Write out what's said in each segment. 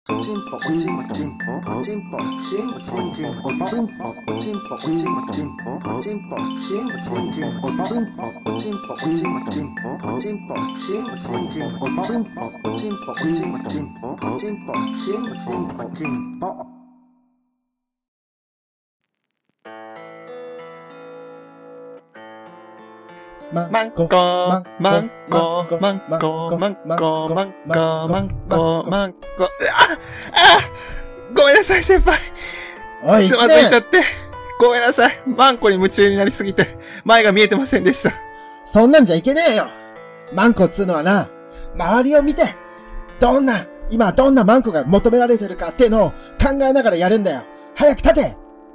マンコ、マンコ、マンコ、マンコ、マンコ、マンコ、マンコ、ごめんなさい、先輩。 おい、 つまずいちゃって。ごめんなさい。マンコに夢中になりすぎて、前が見えてませんでした。 そんなんじゃいけねえよ。マンコっつうのはな、周りを見て、今どんなマンコが求められてるかっていうのを考えながらやるんだよ。早く立て。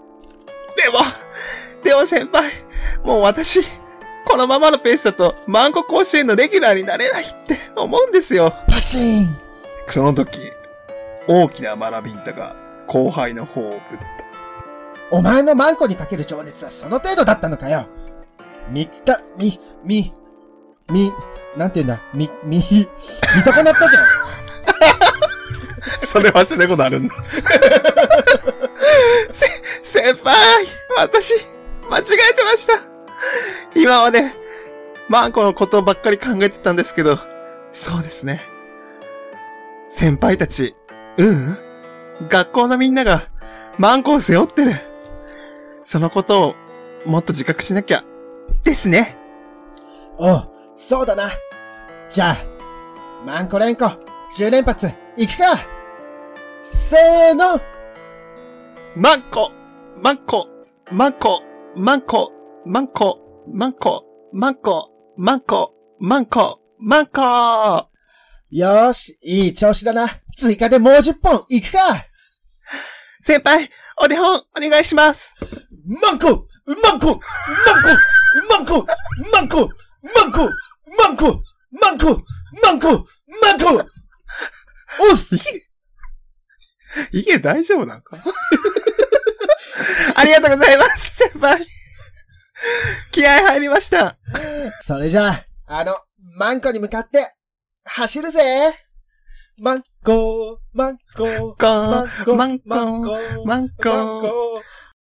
でも先輩、もう私、このままのペースだと、マンコ甲子園のレギュラーになれないって思うんですよ。 パシーン。 その時、大きな学びんたが後輩の方をぶった。 お前のマンコにかける情熱はその程度だったのかよ。なんて言うんだ、見損なったぜ。 それ忘れることあるんだ。先輩、私、間違えてました。今はね、マンコのことばっかり考えてたんですけど、そうですね。先輩たち、学校のみんながマンコを背負ってる。そのことをもっと自覚しなきゃ、ですね。 おう、そうだな。じゃあ、マンコ連呼、10連発、いくか。せーの。 マンコ、マンコ、マンコ、マンコ、マンコ、マンコ、マンコ、マンコ、マンコ、マンコ。 よーし、いい調子だな。追加でもう10本、いくか。 先輩、お手本、お願いします。 マンコ、マンコ、マンコ、マンコ、マンコ、マンコ、マンコ、マンコ、マンコ、マンコ。おっす。 いけ、大丈夫なんかありがとうございます、先輩。気合入りました。 それじゃあ、マンコに向かって、走るぜ。マンコ、マンコ、マンコ、マンコ、マンコ。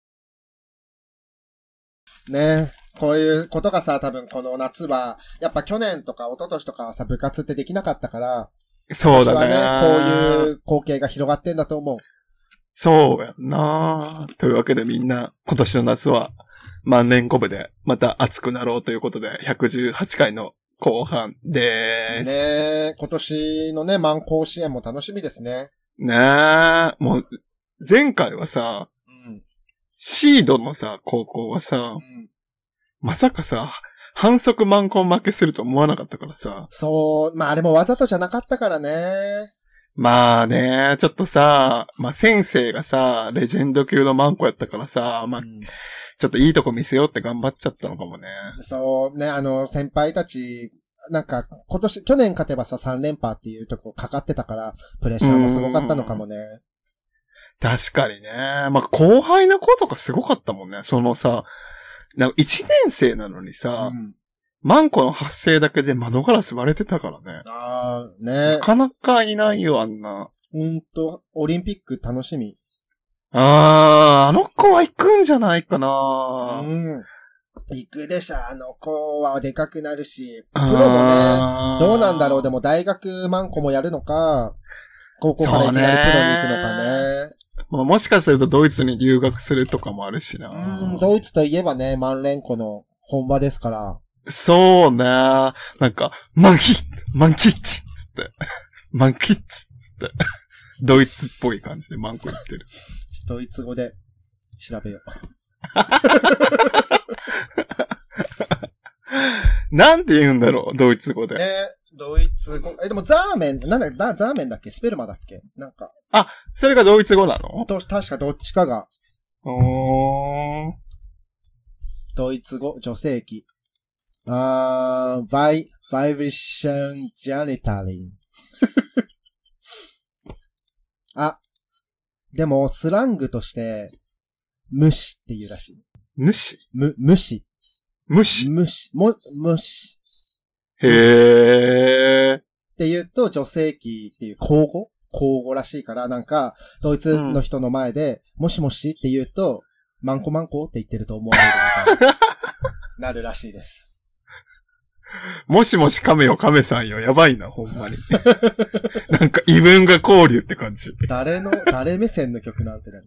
ねえ、こういうことがさ、多分この夏は、やっぱ去年とか一昨年とかはさ、部活ってできなかったから、 そうだね。 こういう光景が広がってんだと思う。 そうやんな。というわけでみんな、今年の夏は、万年コブで、また熱くなろうということで、118回の後半でーす。 ねえ、今年のね、満甲子園も楽しみですね。 ねえ、もう、前回はさ、シードのさ、高校はさ、まさかさ、反則満校負けすると思わなかったからさ。 そう、まああれもわざとじゃなかったからね。 まあね、ちょっとさ、まあ先生がさ、レジェンド級のマンコやったからさ、まあ、ちょっといいとこ見せようって頑張っちゃったのかもね。 そうね、先輩たち、なんか、去年勝てばさ、3連覇っていうとこかかってたから、プレッシャーもすごかったのかもね。 確かにね。まあ後輩の子とかすごかったもんね。そのさ、なんか1年生なのにさ、マンコの発声だけで窓ガラス割れてたからね。 ああ、ね。 なかなかいないよ、あんな。 オリンピック楽しみ。 あの子は行くんじゃないかな。 行くでしょ、あの子はでかくなるし。プロもね、どうなんだろう、でも大学マンコもやるのか、高校からいきなりプロに行くのかね。 もしかするとドイツに留学するとかもあるしな。 ドイツといえばね、マンレンコの本場ですから。 そうね。なんか、マンキッツつって。マンキッツつって。ドイツっぽい感じでマンコ言ってる。 ドイツ語で調べよう。 なんて言うんだろう、ドイツ語で。 ドイツ語。でもザーメン、ザーメンだっけスペルマだっけなんか。 あ、それがドイツ語なの？ 確かどっちかが。ドイツ語、女性器。バイブレーションジャニタリン。あ、でもスラングとして、虫って言うらしい。 虫？ 虫。 虫。へー。 って言うと女性器っていう口語口語らしいから、なんか、ドイツの人の前で、もしもしって言うと、マンコマンコって言ってると思われるみたいな、なるらしいです。 もしもし亀よ亀さんよ。やばいな、ほんまに。なんか異文化交流って感じ。 誰目線の曲なんてなる。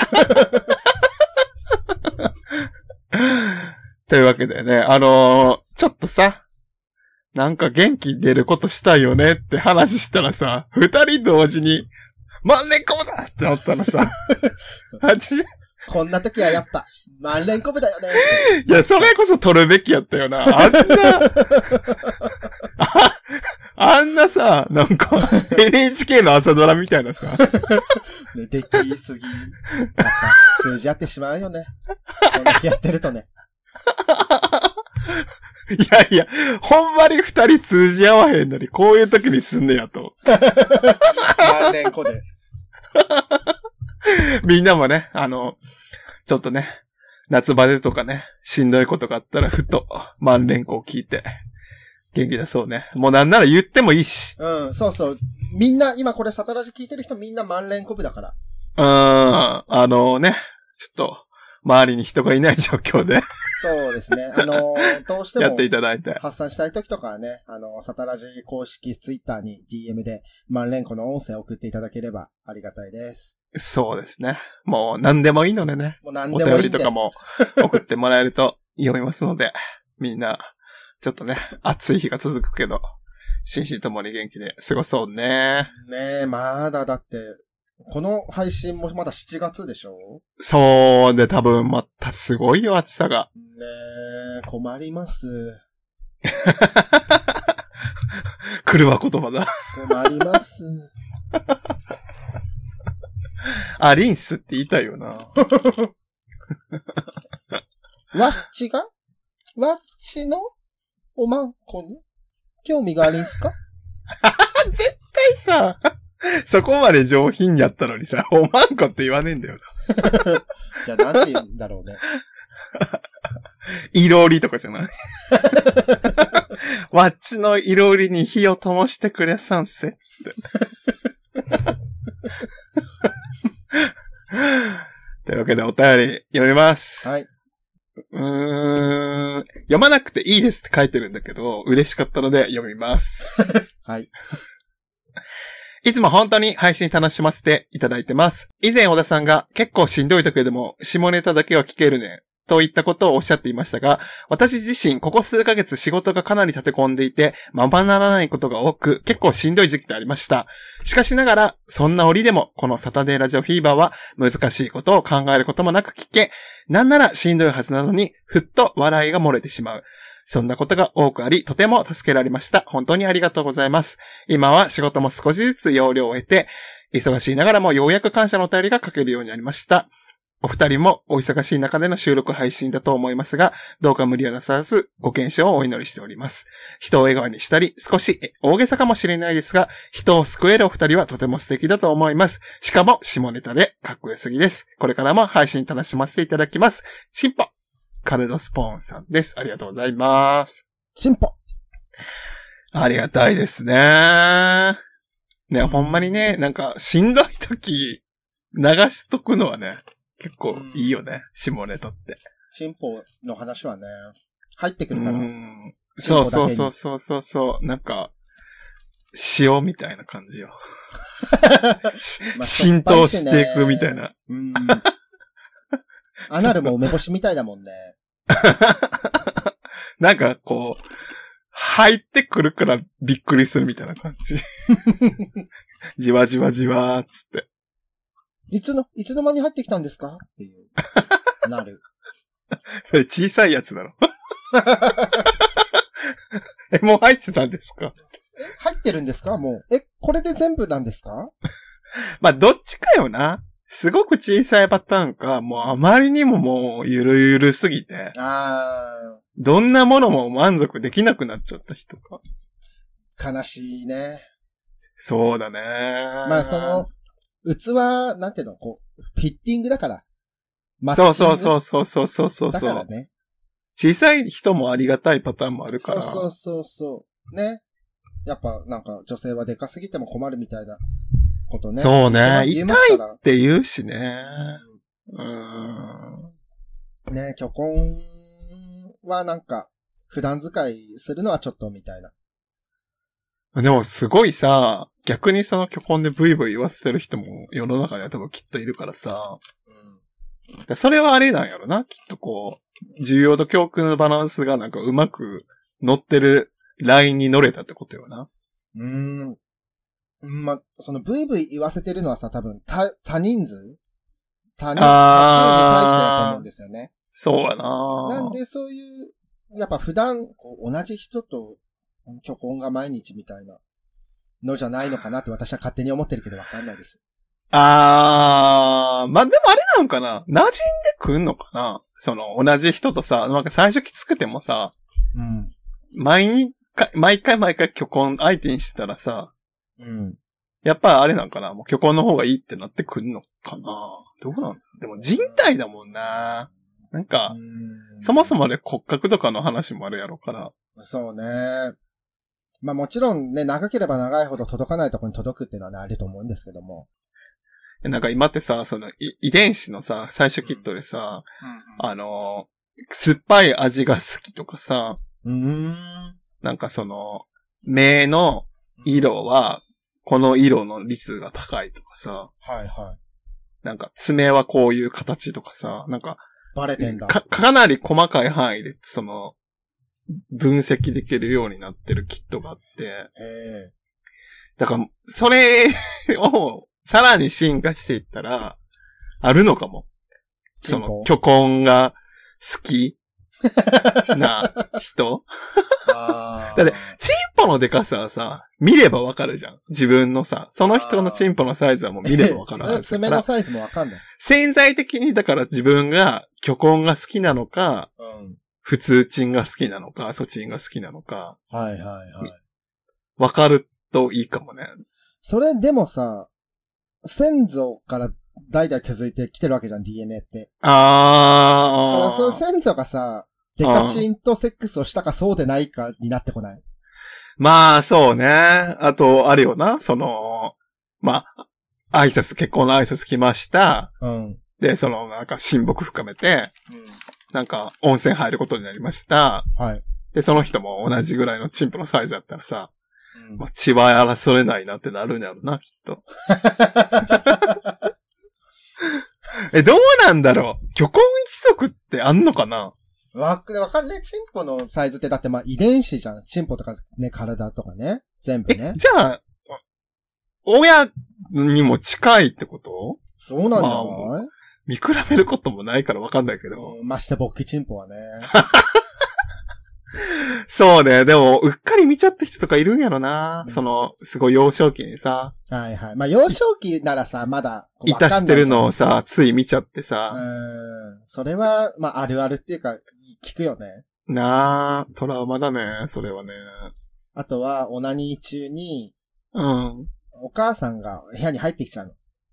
というわけでね、ちょっとさ、なんか元気出ることしたいよねって話したらさ、二人同時に、万年コブだってなったらさ、 こんな時はやっぱ、万年コブだよね。 いや、それこそ取るべきやったよな。あんなさ、なんか、NHK の朝ドラみたいなさ。 ね、できすぎ。やっぱ、数字合ってしまうよね。こんだけやってるとね。 いやいや、ほんまに二人数字合わへんのに、こういう時にすんねやと。 万年コで。 みんなもね、ちょっとね、夏バテとかね、しんどいことがあったら、ふと、万年コを聞いて、元気出そうね。もうなんなら言ってもいいし。 うん、そうそう。みんな、今これサタラジ聞いてる人みんな万年コブだから。 ね、ちょっと、周りに人がいない状況で。 そうですね。どうしても。 やっていただいて。 発散したい時とかはね、サタラジ公式ツイッターに DM で万連呼の音声を送っていただければありがたいです。 そうですね。もう何でもいいのでね。 もう何でもいいんで。 お便りとかも送ってもらえると読みますので、みんな、ちょっとね、暑い日が続くけど、心身ともに元気で過ごそうね。 ねえ、まだだって、この配信もまだ7月でしょ？ そうで、多分またすごいよ、暑さが。 ねえ、困ります。 来るわ、言葉だ。 困ります。 あ、リンスって言いたいよな。 わっちのおまんこに興味がありんすか？ 絶対さ、そこまで上品やったのにさ、おまんこって言わねえんだよな。 じゃあなんて言うんだろうね。 いろりとかじゃないわっちのいろりに火を灯してくれさんせ、つって。というわけでお便り読みます。 はい。 読まなくていいですって書いてるんだけど、嬉しかったので読みます。 はい。 いつも本当に配信楽しませていただいてます。以前小田さんが結構しんどい時でも下ネタだけは聞けるね。といったことをおっしゃっていましたが、私自身ここ数ヶ月仕事がかなり立て込んでいて、ままならないことが多く、結構しんどい時期でありました。しかしながら、そんな折でも、このサタデーラジオフィーバーは難しいことを考えることもなく聞け、なんならしんどいはずなのに、ふっと笑いが漏れてしまう。そんなことが多くあり、とても助けられました。本当にありがとうございます。今は仕事も少しずつ要領を得て、忙しいながらもようやく感謝のお便りが書けるようになりました。お二人もお忙しい中での収録配信だと思いますが、どうか無理をなさらずご健勝をお祈りしております。人を笑顔にしたり、少し大げさかもしれないですが、人を救えるお二人はとても素敵だと思います。しかも下ネタでかっこよすぎです。これからも配信楽しませていただきます。チンポカルロスポーンさんです。ありがとうございます。 チンポありがたいですね。ね、ほんまにね、なんかしんどい時流しとくのはね、結構いいよね、下ネタって。 チンポの話はね、入ってくるから。 そう。なんか、塩みたいな感じよ。浸透していくみたいな。 アナルも梅干しみたいだもんね。 なんかこう、入ってくるからびっくりするみたいな感じ。じわじわじわーっつって。 いつの間に入ってきたんですかっていう。なる。 それ小さいやつだろ。もう入ってたんですか？ 入ってるんですかもう。これで全部なんですか？ まあ、どっちかよな。すごく小さいパターンか、もうあまりにももうゆるゆるすぎて。どんなものも満足できなくなっちゃった人か。 悲しいね。 そうだね。 まあ、器、なんていうの、こう、フィッティングだから。 そう。 だからね。 小さい人もありがたいパターンもあるから。 そう。ね。やっぱ、なんか、女性はでかすぎても困るみたいなことね。 そうね。 言い痛いますからって言うしね。 ね、虚婚はなんか、普段使いするのはちょっとみたいな。 でもすごいさ、逆にその虚婚でブイブイ言わせてる人も世の中には多分きっといるからさ。それはあれなんやろな。きっとこう、需要と供給のバランスがなんかうまく乗ってるラインに乗れたってことよな。 ま、そのブイブイ言わせてるのはさ、多分、多人数多数に対してだと思うんですよね。 そうやな。 なんでそういう、やっぱ普段、こう、同じ人と虚婚が毎日みたいなのじゃないのかなって私は勝手に思ってるけどわかんないです。まあ、でもあれなんかな、馴染んでくんのかな、その、同じ人とさ、なんか最初きつくてもさ、毎回虚婚相手にしてたらさ、やっぱあれなんかな、もう虚婚の方がいいってなってくんのかな。どうなんでも人体だもんな。なんか、そもそもね、骨格とかの話もあるやろから。 そうね。まあもちろんね、長ければ長いほど届かないところに届くっていうのはね、あると思うんですけども。 なんか今ってさ、その遺伝子のさ、最初キットでさ、酸っぱい味が好きとかさ、なんかその、目の色は、この色の率が高いとかさ、なんか爪はこういう形とかさ、なんか、 バレてんだ。 かなり細かい範囲で、その、分析できるようになってるキットがあって、だから、それをさらに進化していったら、あるのかも。その、虚婚が好きな人だって、チンポのデカさはさ、見ればわかるじゃん。自分のさ、その人のチンポのサイズはもう見ればわかるはずだから。 爪のサイズもわかんない。 潜在的にだから自分が虚婚が好きなのか、普通チンが好きなのか、ソチンが好きなのか。わかるといいかもね。 それでもさ、先祖から代々続いてきてるわけじゃん、DNA って。だからその先祖がさ、デカチンとセックスをしたかそうでないかになってこない？ まあ、そうね。あと、あるよな。その、まあ、結婚の挨拶来ました。で、その、なんか親睦深めて、なんか温泉入ることになりました。で、その人も同じぐらいのチンポのサイズだったらさ、まあ、血は争えないなってなるんやろな、きっと。どうなんだろう？虚婚一族ってあんのかな？ わかんねえ。チンポのサイズってだってまあ遺伝子じゃん。チンポとかね、体とかね。全部ね。 じゃあ、親にも近いってこと？ そうなんじゃない？ 見比べることもないからわかんないけど。 まして勃起チンポはね。 そうね。でも、うっかり見ちゃった人とかいるんやろな。その、すごい幼少期にさ。 まあ幼少期ならさ、まだいたしてるのをさ、つい見ちゃってさ。 それは、まああるあるっていうか、聞くよね。 なあ、トラウマだね、それはね。 あとは、オナニー中に、お母さんが部屋に入ってきちゃうの。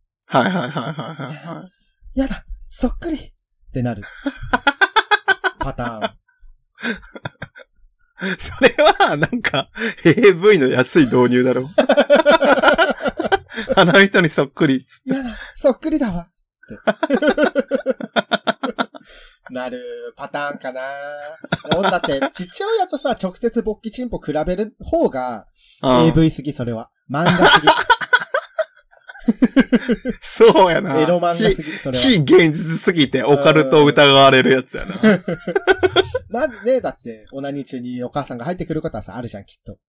やだ、そっくりってなる。パターン。 それは、なんか、AV の安い導入だろ。あの人にそっくりっつって。 やだ、そっくりだわ。ってなるパターンかな。だって、父親とさ、直接勃起チンポ比べる方が、AV すぎ、それは。漫画すぎ。 そうやな。 エロ漫画すぎ、それは。 非現実すぎてオカルトを疑われるやつやな。 なんで、だって、オナニー中にお母さんが入ってくることはさ、あるじゃん、きっと。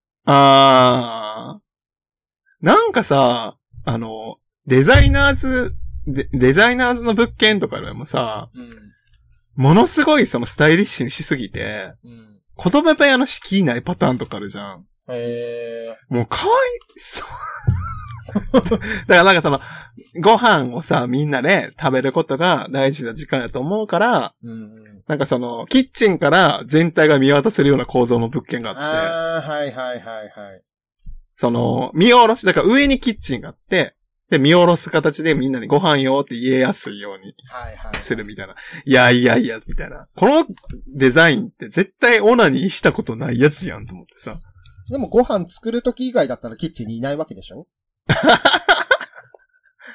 なんかさ、デザイナーズの物件とかでもさ、ものすごいそのスタイリッシュにしすぎて、子供部屋の敷居ないパターンとかあるじゃん。もうかわいそう。だからなんかその、ご飯をさ、みんなで食べることが大事な時間だと思うから、なんかその、キッチンから全体が見渡せるような構造の物件があって、その、見下ろし、だから上にキッチンがあって、で、見下ろす形でみんなにご飯よって言えやすいようにするみたいな。いや、みたいな。このデザインって絶対オナニーしたことないやつやんと思ってさ。 でもご飯作るとき以外だったらキッチンにいないわけでしょ？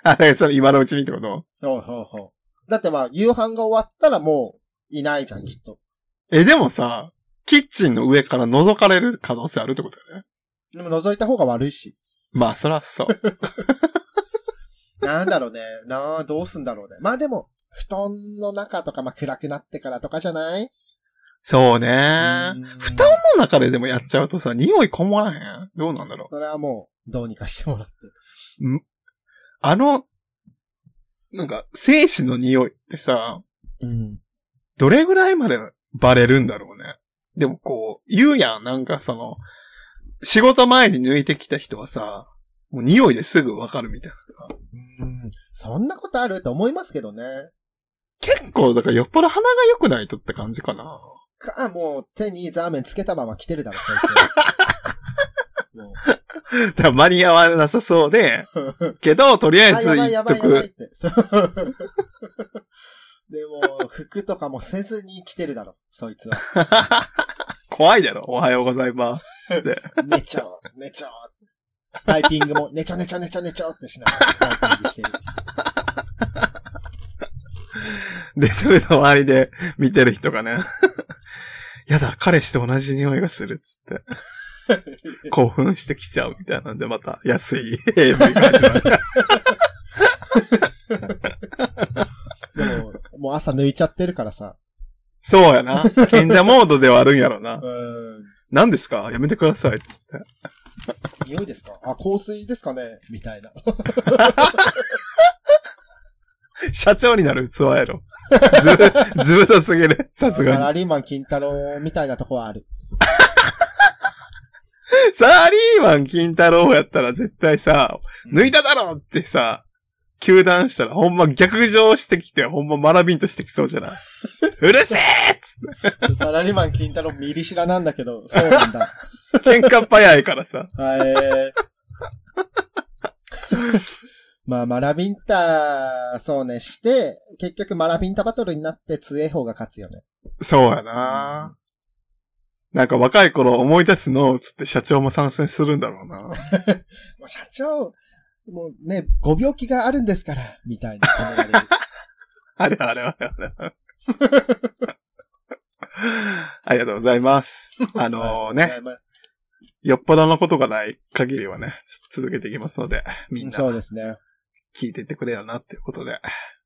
あ、だからその今のうちにってこと？ ほうほうほう。だってまあ、夕飯が終わったらもう、いないじゃん、きっと。 でもさ、キッチンの上から覗かれる可能性あるってことだよね。 でも覗いた方が悪いし。 まあ、そらそう。 なんだろうね。どうすんだろうね。まあでも、布団の中とか、まあ暗くなってからとかじゃない？ そうね。布団の中ででもやっちゃうとさ、匂いこもらへん？どうなんだろそれはもう、どうにかしてもらって。 なんか、精子の匂いってさ、 うん。 どれぐらいまでバレるんだろうね。でもこう、言うやん。なんか仕事前に抜いてきた人はさ、もう匂いですぐわかるみたいな。 そんなことあると思いますけどね。 結構、だからよっぽど鼻が良くないとって感じかな。 もう手にザーメンつけたまま来てるだろ、そいつ。もうだから間に合わなさそうで、けど、とりあえず言っとく。 やばいって。でも、服とかもせずに来てるだろ、そいつは。 怖いだろ、おはようございます。 寝ちゃおう。タイピングも、寝ちゃってしながらタイピングしてる。 で、それの周りで見てる人がね、やだ、彼氏と同じ匂いがするっつって、興奮してきちゃうみたいなんで、また安い AV が始まる。 でも、もう朝抜いちゃってるからさ。 そうやな。賢者モードではあるんやろな。 うん何ですか？やめてくださいっつって。 匂いですか？香水ですかねみたいな。 社長になる器やろ。ずぶとすぎる。さすがに。 サラリーマン金太郎みたいなとこはある。 サラリーマン金太郎やったら絶対さ、抜いただろってさ、糾弾したらほんま逆上してきて、ほんまマラビンとしてきそうじゃないうるせえっつって。 サラリーマン金太郎ミリシラなんだけど、そうなんだ。 喧嘩っ早いからさ。 まあ、マラビンタ、そうね、して、結局マラビンタバトルになって強い方が勝つよね。 そうやな。なんか若い頃思い出すのつって社長も参戦するんだろうな。 もう社長、もうね、ご病気があるんですから、みたいな褒められる。 あれ。ありがとうございます。ね。よっぽどのことがない限りはね、続けていきますので、みんな。 そうですね。 聞いてってくれよなっていうことで。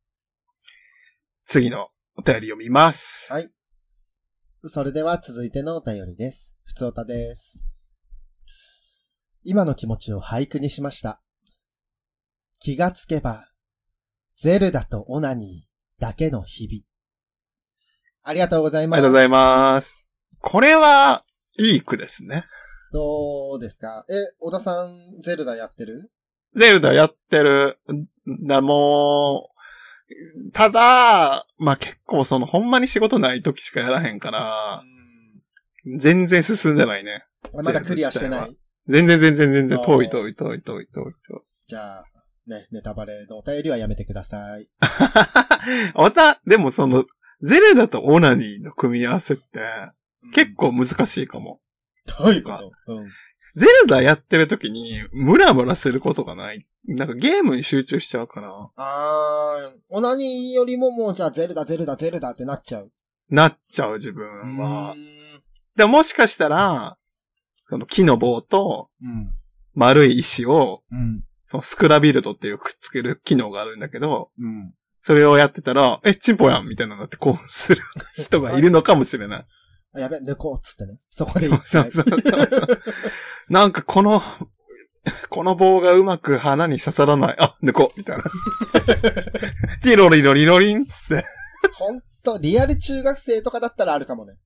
次のお便りを見ます。 はい。それでは続いてのお便りです。ふつおたです。今の気持ちを俳句にしました。気がつけば、ゼルダとオナニーだけの日々。ありがとうございます。 ありがとうございます。これは、いい句ですね。 どうですか？小田さん、ゼルダやってる？ ゼルダやってる。もう、ただ、まあ、結構ほんまに仕事ない時しかやらへんから、全然進んでないね。 まだクリアしてない？ 全然遠い。 じゃあ、ね、ネタバレのお便りはやめてください。 でもゼルダとオナニーの組み合わせって、結構難しいかも。 どういうこと？ ゼルダやってる時に、ムラムラすることがない。なんかゲームに集中しちゃうかな。 オナニーよりももうじゃあゼルダってなっちゃう。 なっちゃう自分は。でももしかしたら、木の棒と、丸い石を、スクラビルドっていうくっつける機能があるんだけど、それをやってたら、チンポやんみたいなのって興奮する人がいるのかもしれない。 やべ、抜こうっつってね。そこでそう。なんかこの棒がうまく鼻に刺さらない。抜こうみたいな。ティロリロリロリンつって。 ほんと、リアル中学生とかだったらあるかもね。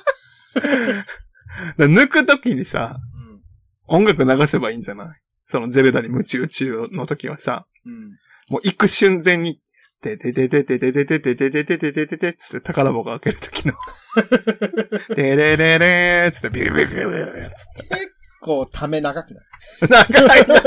抜くときにさ、音楽流せばいいんじゃない？ゼルダに夢中中の時はさ、もう行く瞬間に、ててててててててててててててててつって宝箱開ける時の。てれれれーつってビリビリビリビリつって。 結構ため長くない？ 長い。 ち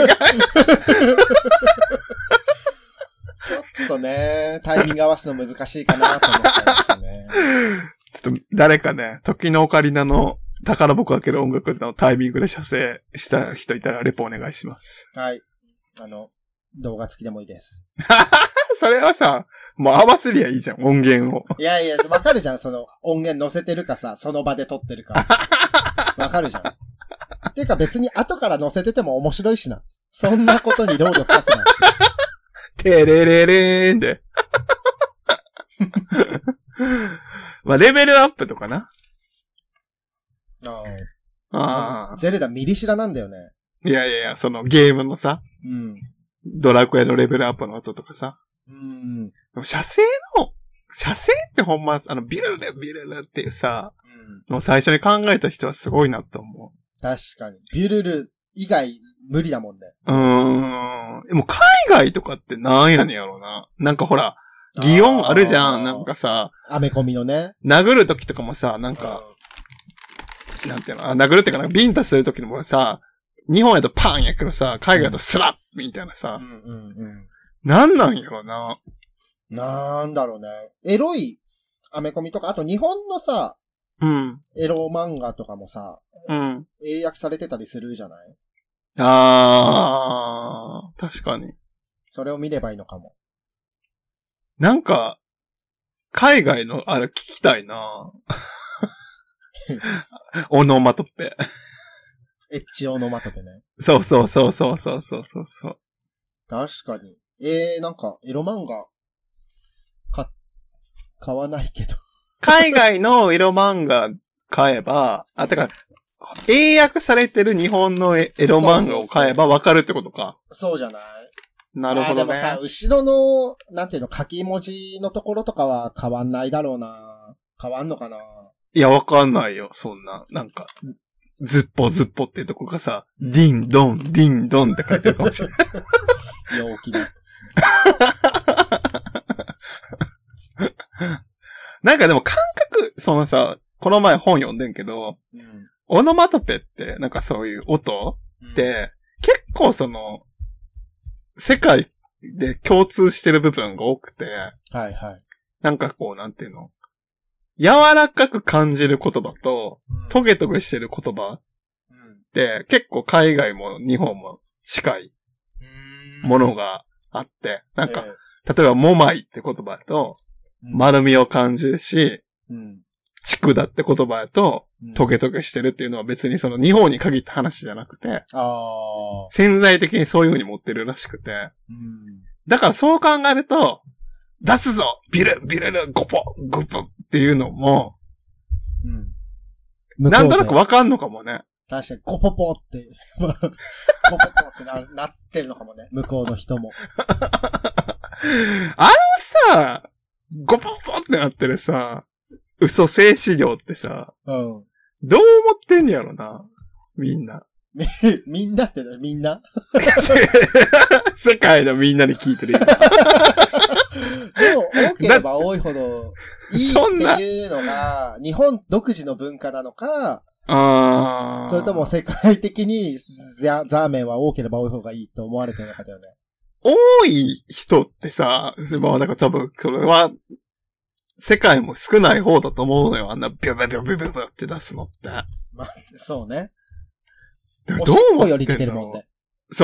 ょっとね、タイミング合わすの難しいかなと思っちゃいましたね。 ちょっと誰かね、時のオカリナの宝箱開ける音楽のタイミングで射精した人いたらレポお願いします。 はい。 動画付きでもいいです。 それはさ、もう合わせりゃいいじゃん、音源を。 いやいや、わかるじゃん、その音源載せてるかさ、その場で撮ってるか。わかるじゃん。てか別に後から載せてても面白いしな。そんなことに労力かくない。 てれれれーんで。まあ、レベルアップとかな。ああ。 ゼルダミリシラなんだよね。 いやいやいや、そのゲームのさ、 うん。 ドラクエのレベルアップの音とかさ。 うん。 でも射精ってほんま、ビルルっていうさ、もう最初に考えた人はすごいなと思う。 確かに。ビュルル以外無理だもんね。 でも海外とかってなんやねんやろな。なんかほら、擬音あるじゃん。なんかさ、 アメコミのね。 殴るときとかもさ、なんか、なんていうの、殴るっていうかなんかビンタするときもさ、日本やとパンやけどさ、海外だとスラッみたいなさ。なんなんやろな。 なんだろうね。エロいアメコミとか、あと日本のさ、エロ漫画とかもさ、英訳されてたりするじゃない？ 確かに。 それを見ればいいのかも。 なんか、海外のあれ聞きたいなオノマトペ。 エッチオノマトペね。 そう。確かに。なんか、エロ漫画、買わないけど。 海外のエロ漫画買えば、てか、英訳されてる日本のエロ漫画を買えばわかるってことか。 そうじゃない？ なるほどね。 でもさ、後ろの、なんていうの、書き文字のところとかは変わんないだろうな。変わんのかな？ いや、わかんないよ、そんな。なんか、ずっぽってとこがさ、ディンドンって書いてるかもしれない。 陽気だ。 なんかでも感覚、そのさ、この前本読んでんけど、オノマトペって、なんかそういう音って、結構その、世界で共通してる部分が多くて、 はいはい。 なんかこう、なんていうの、柔らかく感じる言葉と、トゲトゲしてる言葉って、結構海外も日本も近いものがあって、なんか、例えば、もまいって言葉だと、丸みを感じるし、ちくだって言葉だと、トゲトゲしてるっていうのは別にその日本に限った話じゃなくて、潜在的にそういう風に持ってるらしくて、だからそう考えると、出すぞビルルゴポっていうのも、なんとなくわかんのかもね。 確かにゴポポって、ゴポポってなってるのかもね、向こうの人も。 さ、ゴポポってなってるさ、嘘静止量ってさ、どう思ってんやろな、みんな。 みんなってね、みんな世界のみんなに聞いてるよ。 でも、多ければ多いほど、いいっていうのが、日本独自の文化なのか、それとも世界的にザーメンは多ければ多い方がいいと思われてるのかだよね。 多い人ってさ、まあだから多分、これは、世界も少ない方だと思うのよ。あんなビュビュって出すのって。 まあ、そうね。 どうおしっこより出てるもんね。 そう。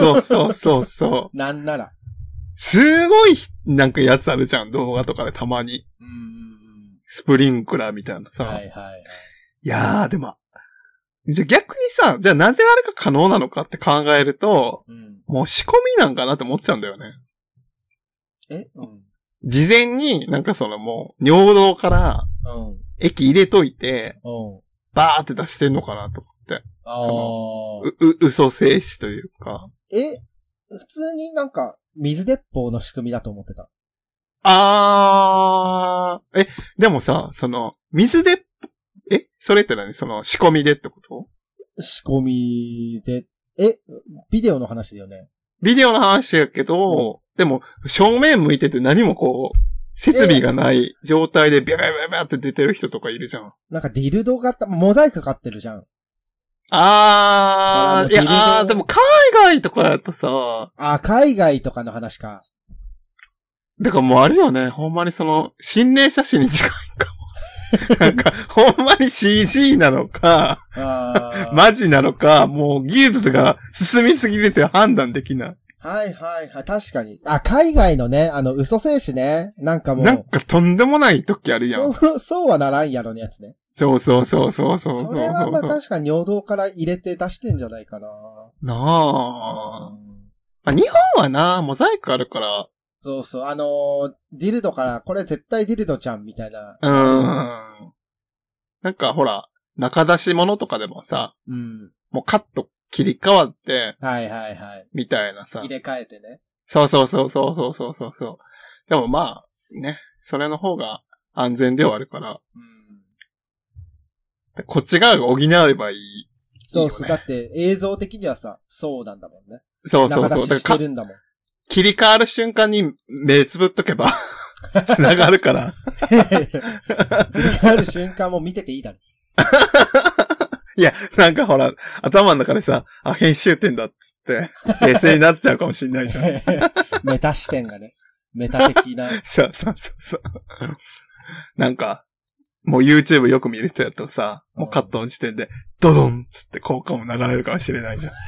なんなら。 すごい、なんかやつあるじゃん。動画とかでたまに。スプリンクラーみたいなさ。 はい。 いやー、でも、逆にさ、じゃあなぜあれが可能なのかって考えると、もう仕込みなんかなって思っちゃうんだよね。事前になんかそのもう、尿道から、液入れといて、バーって出してんのかなと思って。嘘静止というか。 普通になんか、水鉄砲の仕組みだと思ってた。 でもさ、その、水鉄砲、それって何？その、仕込みでってこと？ 仕込みで、ビデオの話だよね。 ビデオの話やけど、でも、正面向いてて何もこう、設備がない状態でビャビャビャビャって出てる人とかいるじゃん。 なんかディルド型、モザイクかかってるじゃん。 いや、でも海外とかだとさ。 海外とかの話か。 だからもうあれよね、ほんまにその、心霊写真に近いかも。なんか、ほんまに CG なのか、マジなのか、もう技術が進みすぎてて判断できない。 はいはいはい。確かに。あ、海外のね、嘘静止ね。なんかもう。 なんかとんでもない時あるやん。 そうはならんやろのやつね。 そうそうそうそうそうそう。 それはまあ確かに尿道から入れて出してんじゃないかな。 なあ。日本はな、モザイクあるから。 そうそう。ディルドから、これ絶対ディルドちゃんみたいな。 なんかほら、中出し物とかでもさ、 うん。 もうカット切り替わって、 はいはいはい。 みたいなさ。 入れ替えてね。 そうそうそうそうそうそうそう。でもまあ、ね、それの方が安全ではあるから、こっち側が補えばいい。 そうそう。だって映像的にはさ、そうなんだもんね。 そうそうそう。 中出ししてるんだもん。 切り替わる瞬間に目つぶっとけば、繋がるから。 切り替わる瞬間も見てていいだろ。 いや、なんかほら、頭の中でさ、あ、編集点だっつって、冷静になっちゃうかもしんないじゃん。 メタ視点がね。メタ的な。 そうそうそうそう。なんか、もう YouTube よく見る人やとさ、もうカットの時点で、ドドンっつって効果も流れるかもしれないじゃん。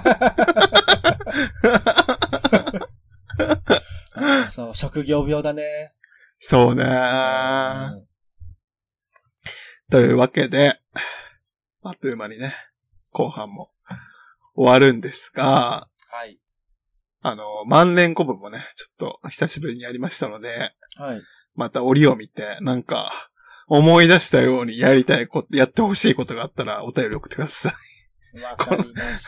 そう、職業病だね。 そうねー。というわけで、あっという間にね、後半も終わるんですが、 はい。 万年コブもね、ちょっと久しぶりにやりましたので、 はい。また折を見て、なんか、思い出したようにやりたいこと、やってほしいことがあったらお便り送ってください。 わかりました。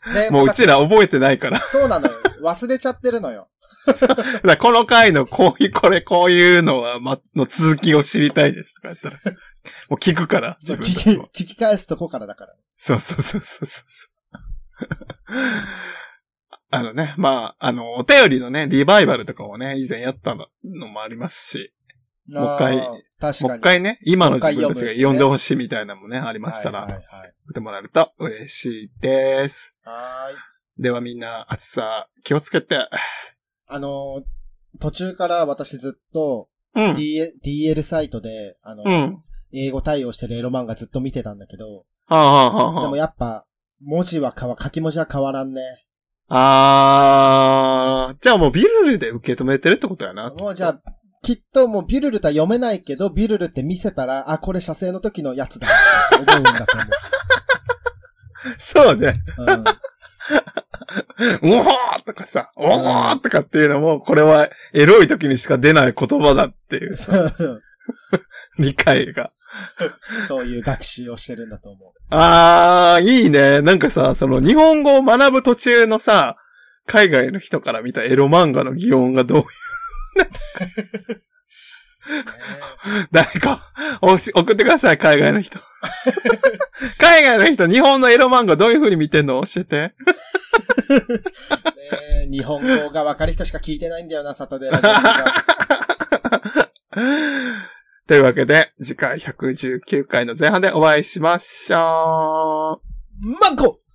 ね、 もううちら覚えてないから。 そうなのよ。忘れちゃってるのよ。 だこの回のこういうのは、の続きを知りたいですとかやったら、もう聞くから、自分たちも。 聞き返すとこからだから。 そうそうそうそうそう。ね、まあ、お便りのね、リバイバルとかもね、以前やったのもありますし、もう一回ね、今の自分たちが読んでほしいみたいなのもね、ありましたら、見てもらえると嬉しいです。 はい。 ではみんな、暑さ気をつけて。 途中から私ずっと、DL サイトで、英語対応してるエロ漫画ずっと見てたんだけど、でもやっぱ、書き文字は変わらんね。 じゃあもうビルルで受け止めてるってことやな。 もうじゃあ、きっともうビルルとは読めないけど、ビルルって見せたら、あ、これ写生の時のやつだって思うんだと思う。 そうね。おほーとかさ、おほーとかっていうのも、これはエロい時にしか出ない言葉だっていう。理解が。 そういう学習をしてるんだと思う。いいね。なんかさ、その日本語を学ぶ途中のさ、海外の人から見たエロ漫画の擬音がどういう誰か送ってください、海外の人。海外の人、日本のエロ漫画どういう風に見てんの教えて。 日本語が分かる人しか聞いてないんだよな、サタデーラジオが。 というわけで、次回119回の前半でお会いしましょう。 マンコ